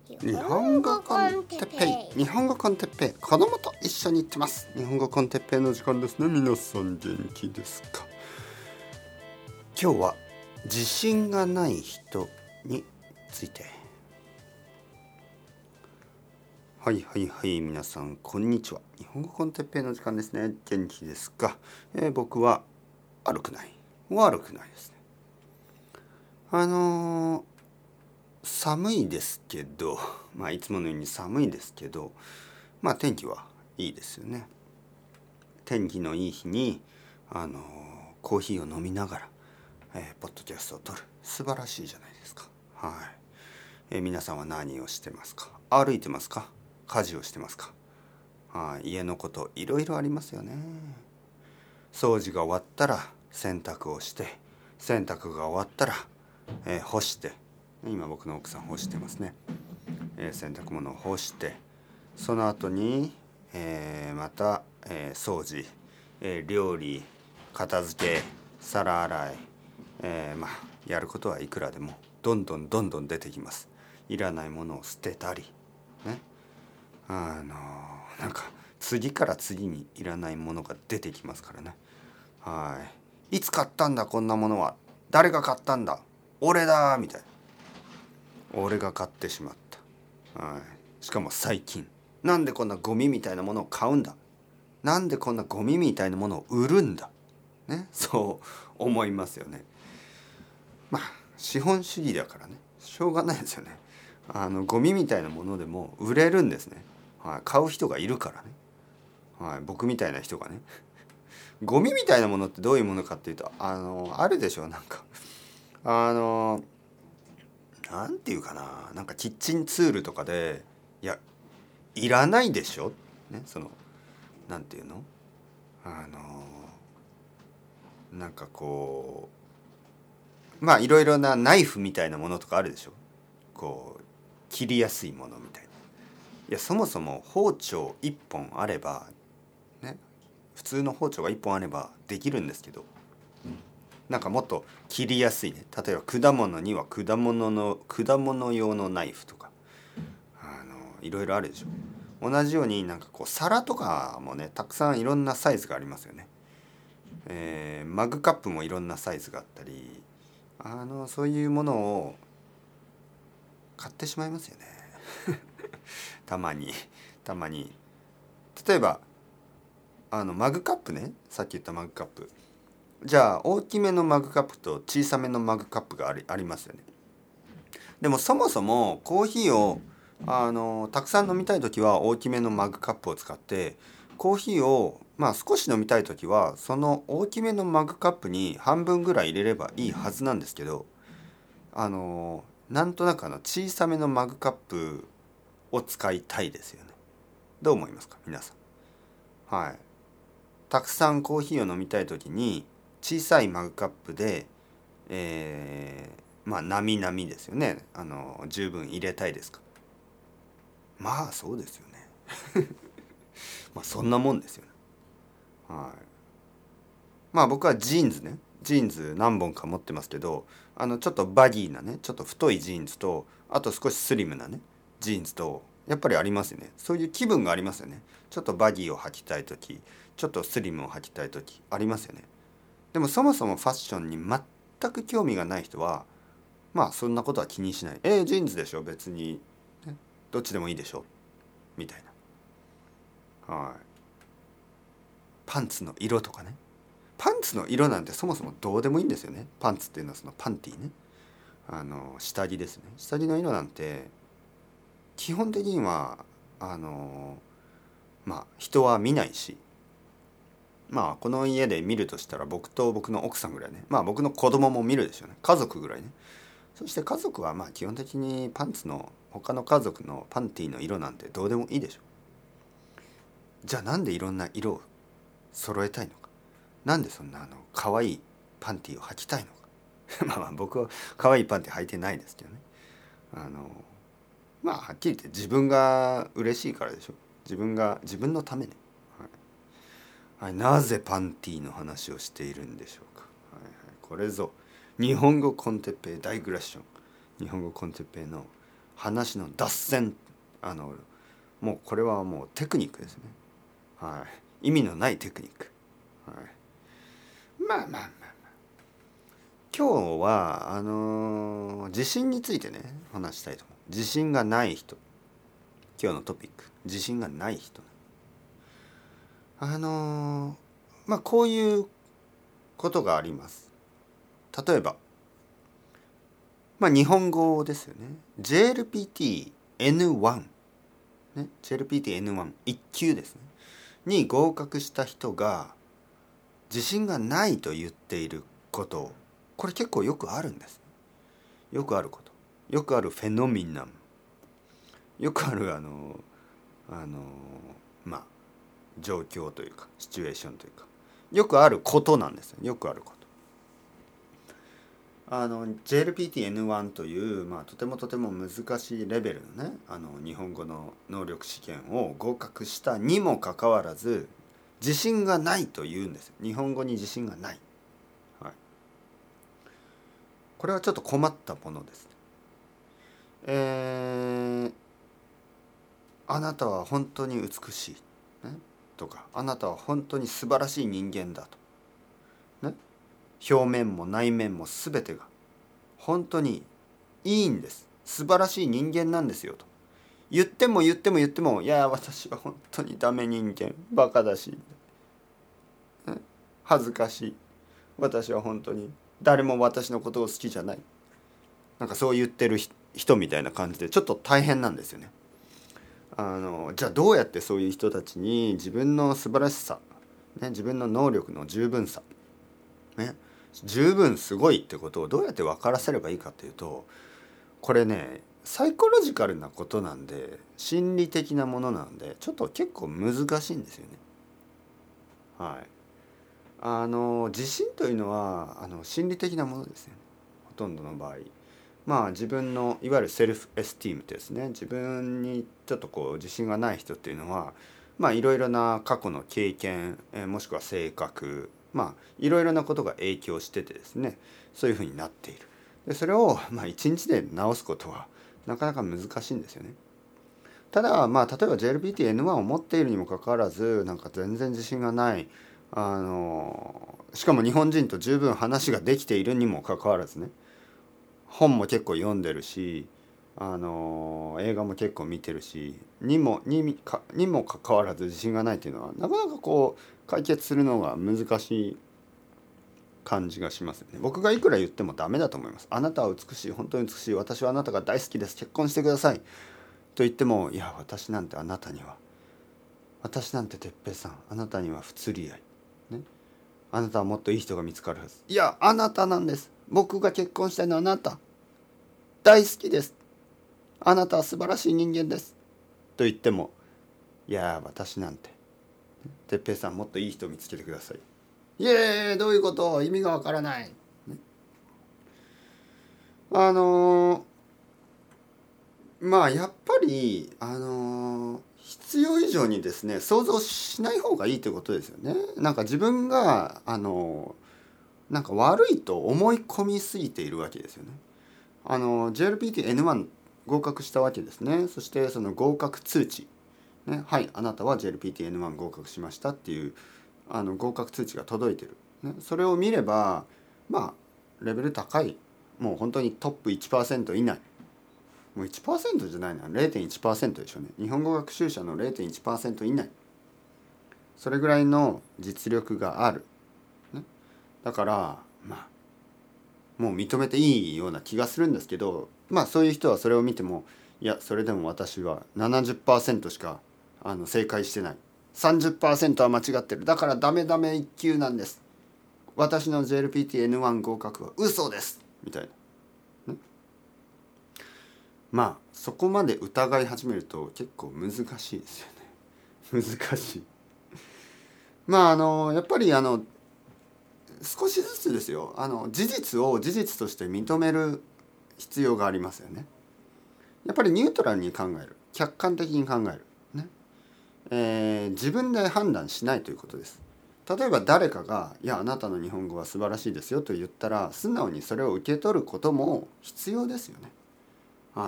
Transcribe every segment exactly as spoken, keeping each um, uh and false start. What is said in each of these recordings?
日本語コンテッペイ日本語コンテッペイ子供と一緒に行ってます。日本語コンテッペイの時間ですね。皆さん元気ですか？今日は自信がない人について。はいはいはい、皆さんこんにちは。日本語コンテッペイの時間ですね。元気ですか？えー、僕は悪くない悪くないですね。あのー、寒いですけど、まあいつものように寒いですけど、まあ天気はいいですよね。天気のいい日にあのー、コーヒーを飲みながら、えー、ポッドキャストを撮る、素晴らしいじゃないですか。はい、えー、皆さんは何をしてますか？歩いてますか？家事をしてますか？はい、家のこといろいろありますよね。掃除が終わったら洗濯をして、洗濯が終わったら、えー、干して、今僕の奥さん干してますね。えー、洗濯物を干して、その後に、えー、また、えー、掃除、えー、料理、片付け、皿洗い、えー、まあやることはいくらでもどんどんどんどん出てきます。いらないものを捨てたりね、あのー、なんか次から次にいらないものが出てきますからね。はい、いつ買ったんだこんなものは、誰が買ったんだ、俺だみたいな。俺が買ってしまった。はい、しかも最近。なんでこんなゴミみたいなものを買うんだ、なんでこんなゴミみたいなものを売るんだね、そう思いますよね。まあ資本主義だからね、しょうがないですよね。あのゴミみたいなものでも売れるんですね。はい、買う人がいるからね。はい、僕みたいな人がね。ゴミみたいなものってどういうものかっていうと、あのあるでしょ、なんかあのなんていうかな、なんかキッチンツールとかで、いやいらないでしょ、ね、そのなんていうの、あのなんかこう、まあいろいろなナイフみたいなものとかあるでしょ、こう切りやすいものみたいな。いやそもそも包丁いっぽんあればね、普通の包丁がいっぽんあればできるんですけど、なんかもっと切りやすいね、例えば果物には果物の果物用のナイフとか、あのいろいろあるでしょ。同じようになんかこう皿とかもね、たくさんいろんなサイズがありますよね。えー、マグカップもいろんなサイズがあったり、あのそういうものを買ってしまいますよね。たまにたまに。例えばあのマグカップね、さっき言ったマグカップ、じゃあ大きめのマグカップと小さめのマグカップがあり、ありますよね。でもそもそもコーヒーをあのたくさん飲みたい時は大きめのマグカップを使って、コーヒーをまあ少し飲みたい時はその大きめのマグカップに半分ぐらい入れればいいはずなんですけど、あのなんとなくあの小さめのマグカップを使いたいですよね。どう思いますか皆さん？はい、たくさんコーヒーを飲みたい時に小さいマグカップで、えー、まあなみなみですよね。あの十分入れたいですか？まあそうですよね。まあそんなもんですよね。はい。まあ僕はジーンズね、ジーンズ何本か持ってますけど、あのちょっとバギーなね、ちょっと太いジーンズと、あと少しスリムなねジーンズと、やっぱりありますよね。そういう気分がありますよね。ちょっとバギーを履きたい時、ちょっとスリムを履きたい時ありますよね。でもそもそもファッションに全く興味がない人は、まあそんなことは気にしない。えー、ジーンズでしょ別に、ね、どっちでもいいでしょみたいな。はい。パンツの色とかね、パンツの色なんてそもそもどうでもいいんですよね。パンツっていうのはそのパンティね、あの下着ですね。下着の色なんて基本的にはあのまあ人は見ないし、まあこの家で見るとしたら僕と僕の奥さんぐらいね、まあ僕の子供も見るでしょうね、家族ぐらいね。そして家族はまあ基本的にパンツの他の家族のパンティの色なんてどうでもいいでしょ。じゃあなんでいろんな色を揃えたいのか、なんでそんなあの可愛いパンティを履きたいのか。まあまあ僕は可愛いパンティ履いてないですけどね。あのまあはっきり言って自分が嬉しいからでしょ。自分が自分のためね。はい、はい、なぜパンティの話をしているんでしょうか。はいはい、これぞ日本語コンテッペイ大グラッション。日本語コンテッペイの話の脱線、あのもうこれはもうテクニックですね。はい、意味のないテクニック。はい、まあまあまあまあ今日はあのー自信についてね話したいと思う。自信がない人、今日のトピック、自信がない人。あのーまあこういうことがあります。例えば、まあ日本語ですよね。ジェーエルピーティーエヌワン、ね、ジェーエルピーティーエヌワン いっ級ですねに合格した人が自信がないと言っていること、これ結構よくあるんです。よくあること、よくあるフェノミナン、よくあるあのあのまあ状況というかシチュエーションというか、よくあることなんですよ。よくあること。あの ジェーエルピーティーエヌワン という、まあ、とてもとても難しいレベルのね、あの日本語の能力試験を合格したにもかかわらず自信がないと言うんです。日本語に自信がない、はい、これはちょっと困ったものです。えー、あなたは本当に美しい、ね、とか、あなたは本当に素晴らしい人間だと、ね、表面も内面も全てが本当にいいんです、素晴らしい人間なんですよと言っても言っても言っても、いや私は本当にダメ人間、バカだし、ね、恥ずかしい、私は本当に誰も私のことを好きじゃない、なんかそう言ってる人みたいな感じでちょっと大変なんですよね。あのじゃあどうやってそういう人たちに自分の素晴らしさ、ね、自分の能力の十分さ、ね、十分すごいってことをどうやって分からせればいいかっていうと、これねサイコロジカルなことなんで、心理的なものなんで、ちょっと結構難しいんですよね。はい。あの自信というのはあの心理的なものですよね、ほとんどの場合。まあ自分のいわゆるセルフエスティームってですね、自分にちょっとこう自信がない人っていうのは、まあいろいろな過去の経験、えもしくは性格、まあいろいろなことが影響しててですね、そういうふうになっている。でそれをまあ一日で直すことはなかなか難しいんですよね。ただまあ例えば ジェーエルピーティーエヌワン を持っているにもかかわらず、なんか全然自信がない、あのしかも日本人と十分話ができているにもかかわらずね、本も結構読んでるし、あの映画も結構見てるしにもにかにもかかわらず自信がないっていうのは、なかなかこう解決するのが難しい感じがしますよね。僕がいくら言ってもダメだと思います。あなたは美しい、本当に美しい、私はあなたが大好きです、結婚してくださいと言っても、いや私なんてあなたには、私なんて哲平さん、あなたには不釣り合い、ね、あなたはもっといい人が見つかるはず、いやあなたなんです、僕が結婚したいのはあなた、大好きです、あなたは素晴らしい人間ですと言っても、いや私なんて、哲平さんもっといい人を見つけてください、いえーどういうこと、意味がわからない、ね、あのーまあやっぱりあのー必要以上にですね想像しない方がいいということですよね。なんか自分があのーなんか悪いと思い込みすぎているわけですよね。あの ジェーエルピーティーエヌワン 合格したわけですね。そしてその合格通知、ね、はいあなたは ジェーエルピーティーエヌワン 合格しましたっていうあの合格通知が届いてる、ね、それを見ればまあレベル高い、もう本当にトップいちパーセント以内、もう いちパーセント じゃないな れいてんいちパーセント でしょうね。日本語学習者の れいてんいちパーセント 以内、それぐらいの実力がある、ね、だからまあもう認めていいような気がするんですけど、まあそういう人はそれを見ても、いやそれでも私は ななじゅっパーセント しかあの正解してない、さんじゅっパーセント は間違ってる、だからダメダメいっ級なんです、私の ジェーエルピーティーエヌワン 合格は嘘ですみたいな、ね、まあそこまで疑い始めると結構難しいですよね。難しい。まああのやっぱりあの少しずつですよ、あの事実を事実として認める必要がありますよね。やっぱりニュートラルに考える、客観的に考える、ねえー自分で判断しないということです。例えば誰かが「いやあなたの日本語は素晴らしいですよ」と言ったら素直にそれを受け取ることも必要ですよね。はい、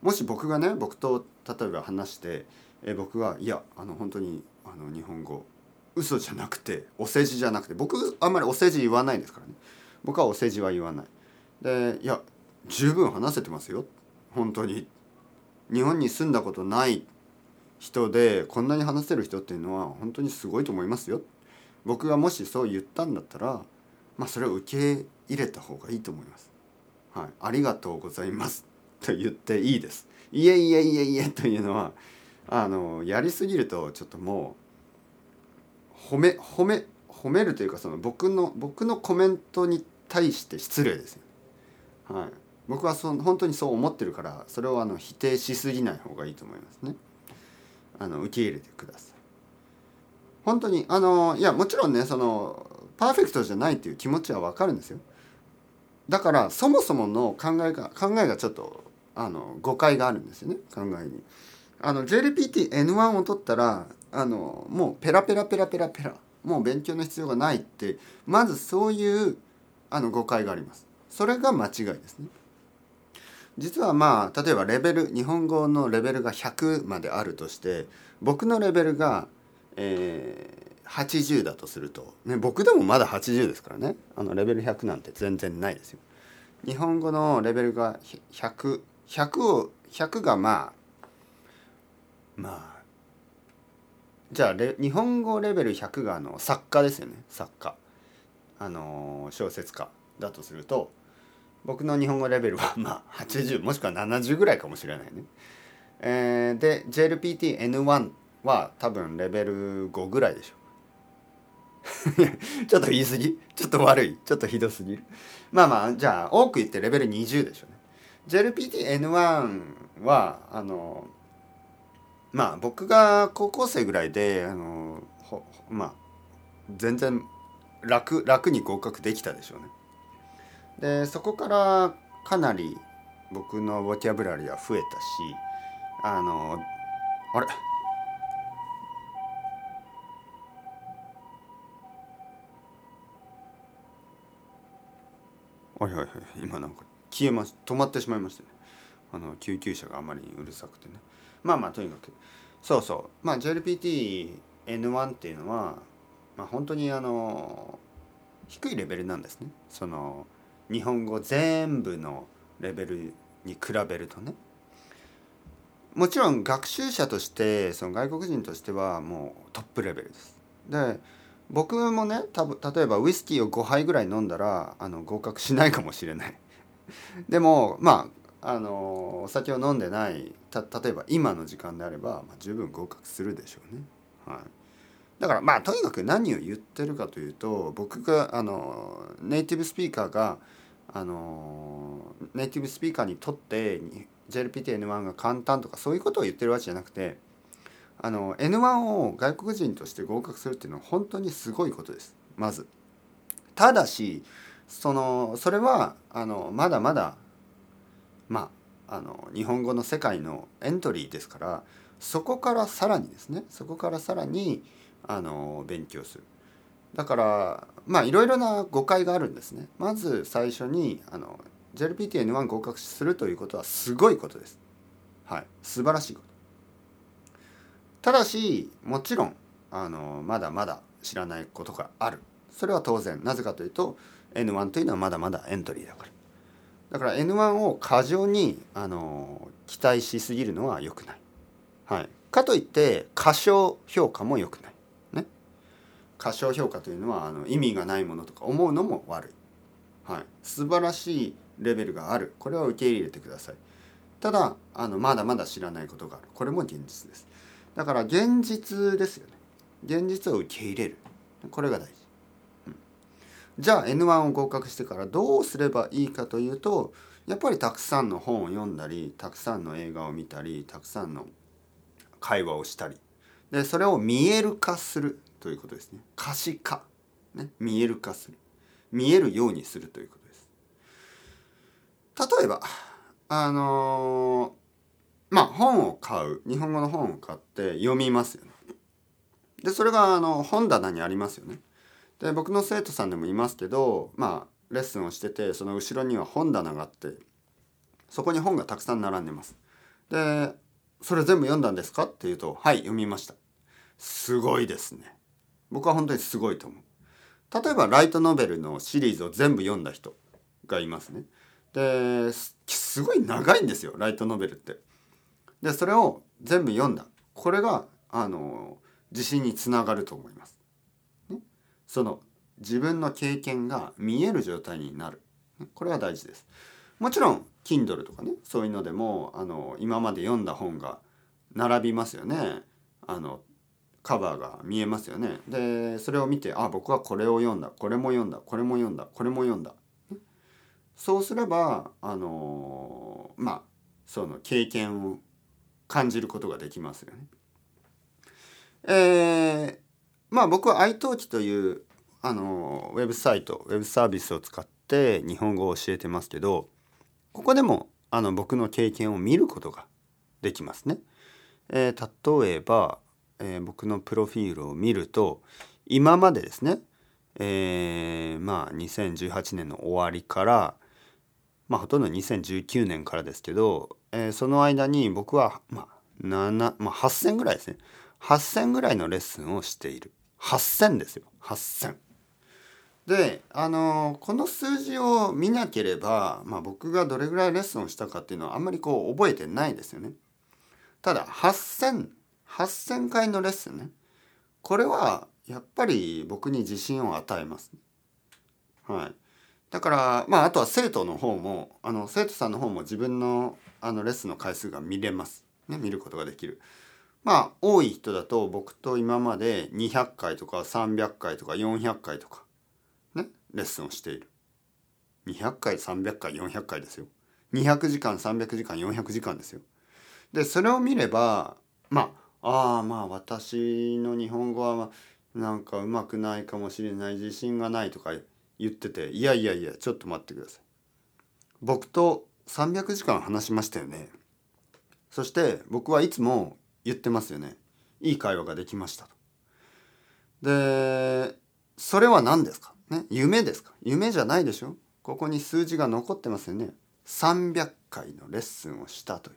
もし僕がね僕と例えば話して、え僕がいやあの本当にあの日本語嘘じゃなくてお世辞じゃなくて、僕あんまりお世辞言わないですからね。僕はお世辞は言わない。でいや十分話せてますよ本当に。日本に住んだことない人でこんなに話せる人っていうのは本当にすごいと思いますよ。僕がもしそう言ったんだったら、まあそれを受け入れた方がいいと思います。はい、ありがとうございますと言っていいです。いえいえいえいえというのはあのやりすぎるとちょっともう褒め褒め褒めるというか、その僕の僕のコメントに対して失礼ですよ。はい、僕はそ本当にそう思ってるから、それをあの否定しすぎない方がいいと思いますね。あの受け入れてください。本当にあのいやもちろんね、そのパーフェクトじゃないっていう気持ちは分かるんですよ。だからそもそもの考えが考えがちょっとあの誤解があるんですよね、考えに。あの ジェーエルピーティーエヌワン を取ったらあのもうペラペラペラペラペラもう勉強の必要がないって、まずそういうあの誤解があります。それが間違いですね。実はまあ例えばレベル日本語のレベルがひゃくまであるとして、僕のレベルが、えーはちじゅうだとすると、ね、僕でもまだはちじゅうですからね。あのレベルひゃくなんて全然ないですよ。日本語のレベルがひゃく、ひゃくをひゃくがまあまあじゃあレ日本語レベルひゃくがあの作家ですよね。作家あの小説家だとすると、僕の日本語レベルはまあはちじゅうもしくはななじゅうぐらいかもしれないね。えー、で ジェーエルピーティーエヌワン は多分レベルごぐらいでしょ。ちょっと言い過ぎ、ちょっと悪い、ちょっとひどすぎる。まあまあじゃあ多く言ってレベルにじゅうでしょうね。ジェーエルピーティーエヌワン はあのまあ僕が高校生ぐらいであのほまあ全然楽楽に合格できたでしょうね。でそこからかなり僕のボキャブラリーは増えたし、あのあれはいはいはい、今なんか消えます、止まってしまいましたね。あの救急車があまりにうるさくてね。まあまあとにかくそうそう、まあ ジェーエルピーティーエヌワン っていうのは、まあ、本当にあの低いレベルなんですね。その日本語全部のレベルに比べるとね。もちろん学習者としてその外国人としてはもうトップレベルです。で僕もね、たぶ例えばウイスキーをごはいぐらい飲んだらあの合格しないかもしれない。でもまああのお酒を飲んでないた例えば今の時間であれば、まあ、十分合格するでしょうね。はい、だからまあとにかく何を言ってるかというと、僕があのネイティブスピーカーがあのネイティブスピーカーにとって ジェーエルピーティーエヌワン が簡単とかそういうことを言ってるわけじゃなくて、あの エヌワン を外国人として合格するっていうのは本当にすごいことです。まずただしそのそれはあのまだまだまああの日本語の世界のエントリーですから、そこからさらにですね、そこからさらにあの勉強する。だからまあいろいろな誤解があるんですね。まず最初にあの ジェーエルピーティーエヌワン 合格するということはすごいことです。はい、素晴らしいこと。ただしもちろんあのまだまだ知らないことがある。それは当然。なぜかというと エヌワン というのはまだまだエントリーだから。だから エヌワン を過剰にあの期待しすぎるのは良くない。はい、かといって過小評価も良くない。ね、過小評価というのはあの意味がないものとか思うのも悪い。はい、素晴らしいレベルがある。これは受け入れてください。ただあのまだまだ知らないことがある。これも現実です。だから現実ですよね。現実を受け入れる。これが大事。うん、じゃあ エヌワン を合格してからどうすればいいかというと、やっぱりたくさんの本を読んだり、たくさんの映画を見たり、たくさんの会話をしたり、でそれを見える化するということですね。可視化、ね、見える化する、見えるようにするということです。例えばあのー、まあ本を買う、日本語の本を買って読みますよね。でそれがあの本棚にありますよね。で僕の生徒さんでもいますけど、まあレッスンをしてて、その後ろには本棚があって、そこに本がたくさん並んでます。 でそれ全部読んだんですかって言うと、はい読みました。すごいですね。僕は本当にすごいと思う。例えばライトノベルのシリーズを全部読んだ人がいますね。ですすごい長いんですよ、ライトノベルって。でそれを全部読んだ、これがあの自信につながると思います、ね、その自分の経験が見える状態になる、これは大事です。もちろん Kindle とかね、そういうのでもあの今まで読んだ本が並びますよね。あのカバーが見えますよね。でそれを見て、あ、僕はこれを読んだ、これも読んだ、これも読んだ、これも読んだ。そうすればあのまあその経験を感じることができますよね。えー、まあ僕は iTalki というあのウェブサイト、ウェブサービスを使って日本語を教えてますけど、ここでもあの僕の経験を見ることができますね。えー、例えば、えー、僕のプロフィールを見ると、今までですね、えー、まあにせんじゅうはちねんの終わりから、まあほとんどにせんじゅうきゅうねんからですけど、えー、その間に僕はまあなな、まあ、はっせんぐらいですね。はっせんぐらいのレッスンをしている。はっせんですよ。はっせん。で、あのーこの数字を見なければ、まあ、僕がどれぐらいレッスンをしたかっていうのはあんまりこう覚えてないですよね。ただはっせん、はっせんかいのレッスンね。これはやっぱり僕に自信を与えます。はい。だからまああとは生徒の方もあの生徒さんの方も自分のあのレッスンの回数が見れます。ね、見ることができる。まあ多い人だと僕と今までにひゃっかいとかさんびゃっかいとかよんひゃっかいとかね、レッスンをしている。にひゃっかいさんびゃっかいよんひゃっかいですよ。にひゃくじかんさんびゃくじかんよんひゃくじかんですよ。でそれを見ればまあああまあ私の日本語はなんかうまくないかもしれない、自信がないとか言ってて、いやいやいやちょっと待ってください。僕とさんびゃくじかん話しましたよね。そして僕はいつも言ってますよね。いい会話ができましたと。でそれは何ですかね、夢ですか？夢じゃないでしょ。ここに数字が残ってますよね。さんびゃっかいのレッスンをしたという。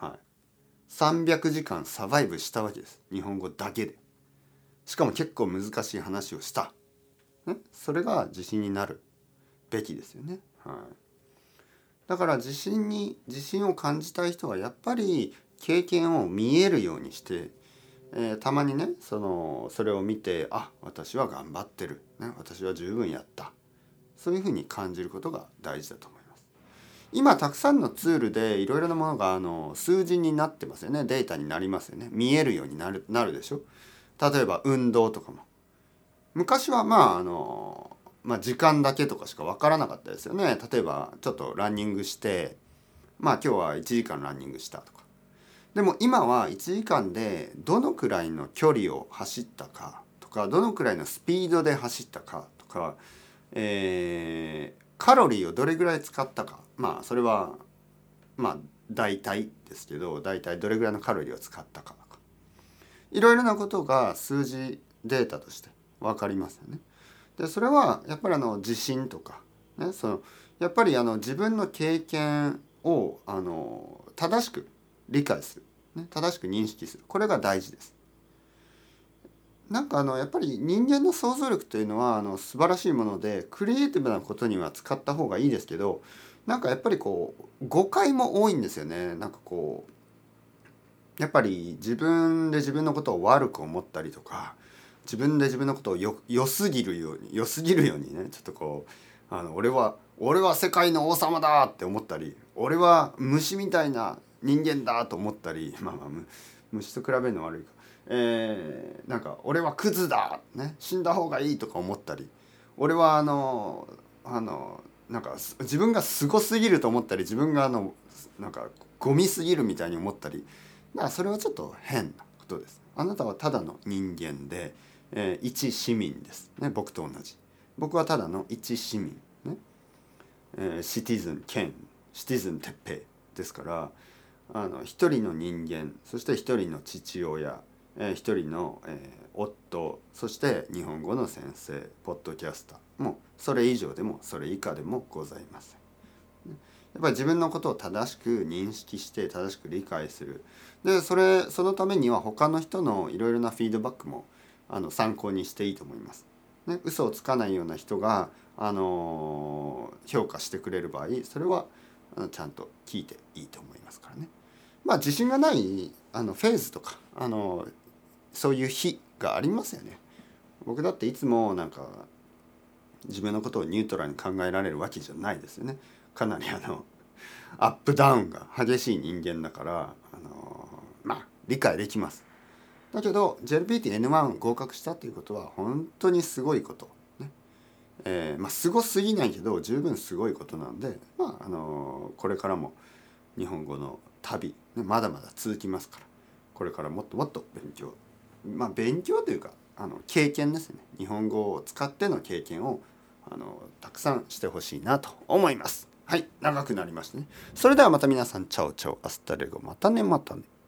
はい。さんびゃくじかんサバイブしたわけです。日本語だけで。しかも結構難しい話をした。ね、それが自信になるべきですよね。はい。だから自信に自信を感じたい人はやっぱり経験を見えるようにして、えーたまにねそのそれを見て、あ、私は頑張ってる、ね、私は十分やった、そういうふうに感じることが大事だと思います。今たくさんのツールでいろいろなものがあの数字になってますよね。データになりますよね。見えるようになる、なるでしょ。例えば運動とかも昔はまああの、まあ、時間だけとかしか分からなかったですよね。例えばちょっとランニングして、まあ今日はいちじかんランニングしたとか。でも今はいちじかんでどのくらいの距離を走ったかとか、どのくらいのスピードで走ったかとか、えーカロリーをどれぐらい使ったか、まあそれはまあ大体ですけど、大体どれぐらいのカロリーを使ったかとか、いろいろなことが数字データとして分かりますよね。でそれはやっぱりあの自信とか、ね、そのやっぱりあの自分の経験をあの正しく理解する、ね、正しく認識する、これが大事です。なんかあのやっぱり人間の想像力というのはあの素晴らしいもので、クリエイティブなことには使った方がいいですけど、なんかやっぱりこう誤解も多いんですよね。なんかこうやっぱり自分で自分のことを悪く思ったりとか、自分で自分のことをよ良すぎるように良すぎるようにね、ちょっとこうあの俺は俺は世界の王様だって思ったり、俺は虫みたいな人間だと思ったり、まあまあ虫と比べるの悪いか、えー、なんか俺はクズだ、ね、死んだ方がいいとか思ったり、俺はあのあのなんか自分がすごすぎると思ったり、自分があのなんかゴミすぎるみたいに思ったり、だからそれはちょっと変なことです。あなたはただの人間で、えー、一市民です、ね、僕と同じ。僕はただの一市民、ねえー、シティズン兼シティズン鉄平ですから、あの一人の人間、そして一人の父親、えー、一人の、えー、夫、そして日本語の先生、ポッドキャスター、もうそれ以上でもそれ以下でもございません。 やっぱり自分のことを正しく認識して正しく理解する。でそれそのためには他の人のいろいろなフィードバックもあの参考にしていいと思います。ね、嘘をつかないような人が、あのー評価してくれる場合、それはあのちゃんと聞いていいと思いますからね。まあ自信がないあのフェーズとか、あのーそういう日がありますよね。僕だっていつもなんか自分のことをニュートラルに考えられるわけじゃないですよね。かなりあのアップダウンが激しい人間だから、あのまあ理解できます。だけど ジェルピーティーエヌワン 合格したっていうことは本当にすごいこと、ねえー、まあすごすぎないけど十分すごいことなんで、まああのこれからも日本語の旅、ね、まだまだ続きますから、これからもっともっと勉強、まあ勉強というかあの経験ですね。日本語を使っての経験をあのたくさんしてほしいなと思います。はい、長くなりましたね。それではまた皆さん、チャオチャオ、アスタレゴ、またねまたね。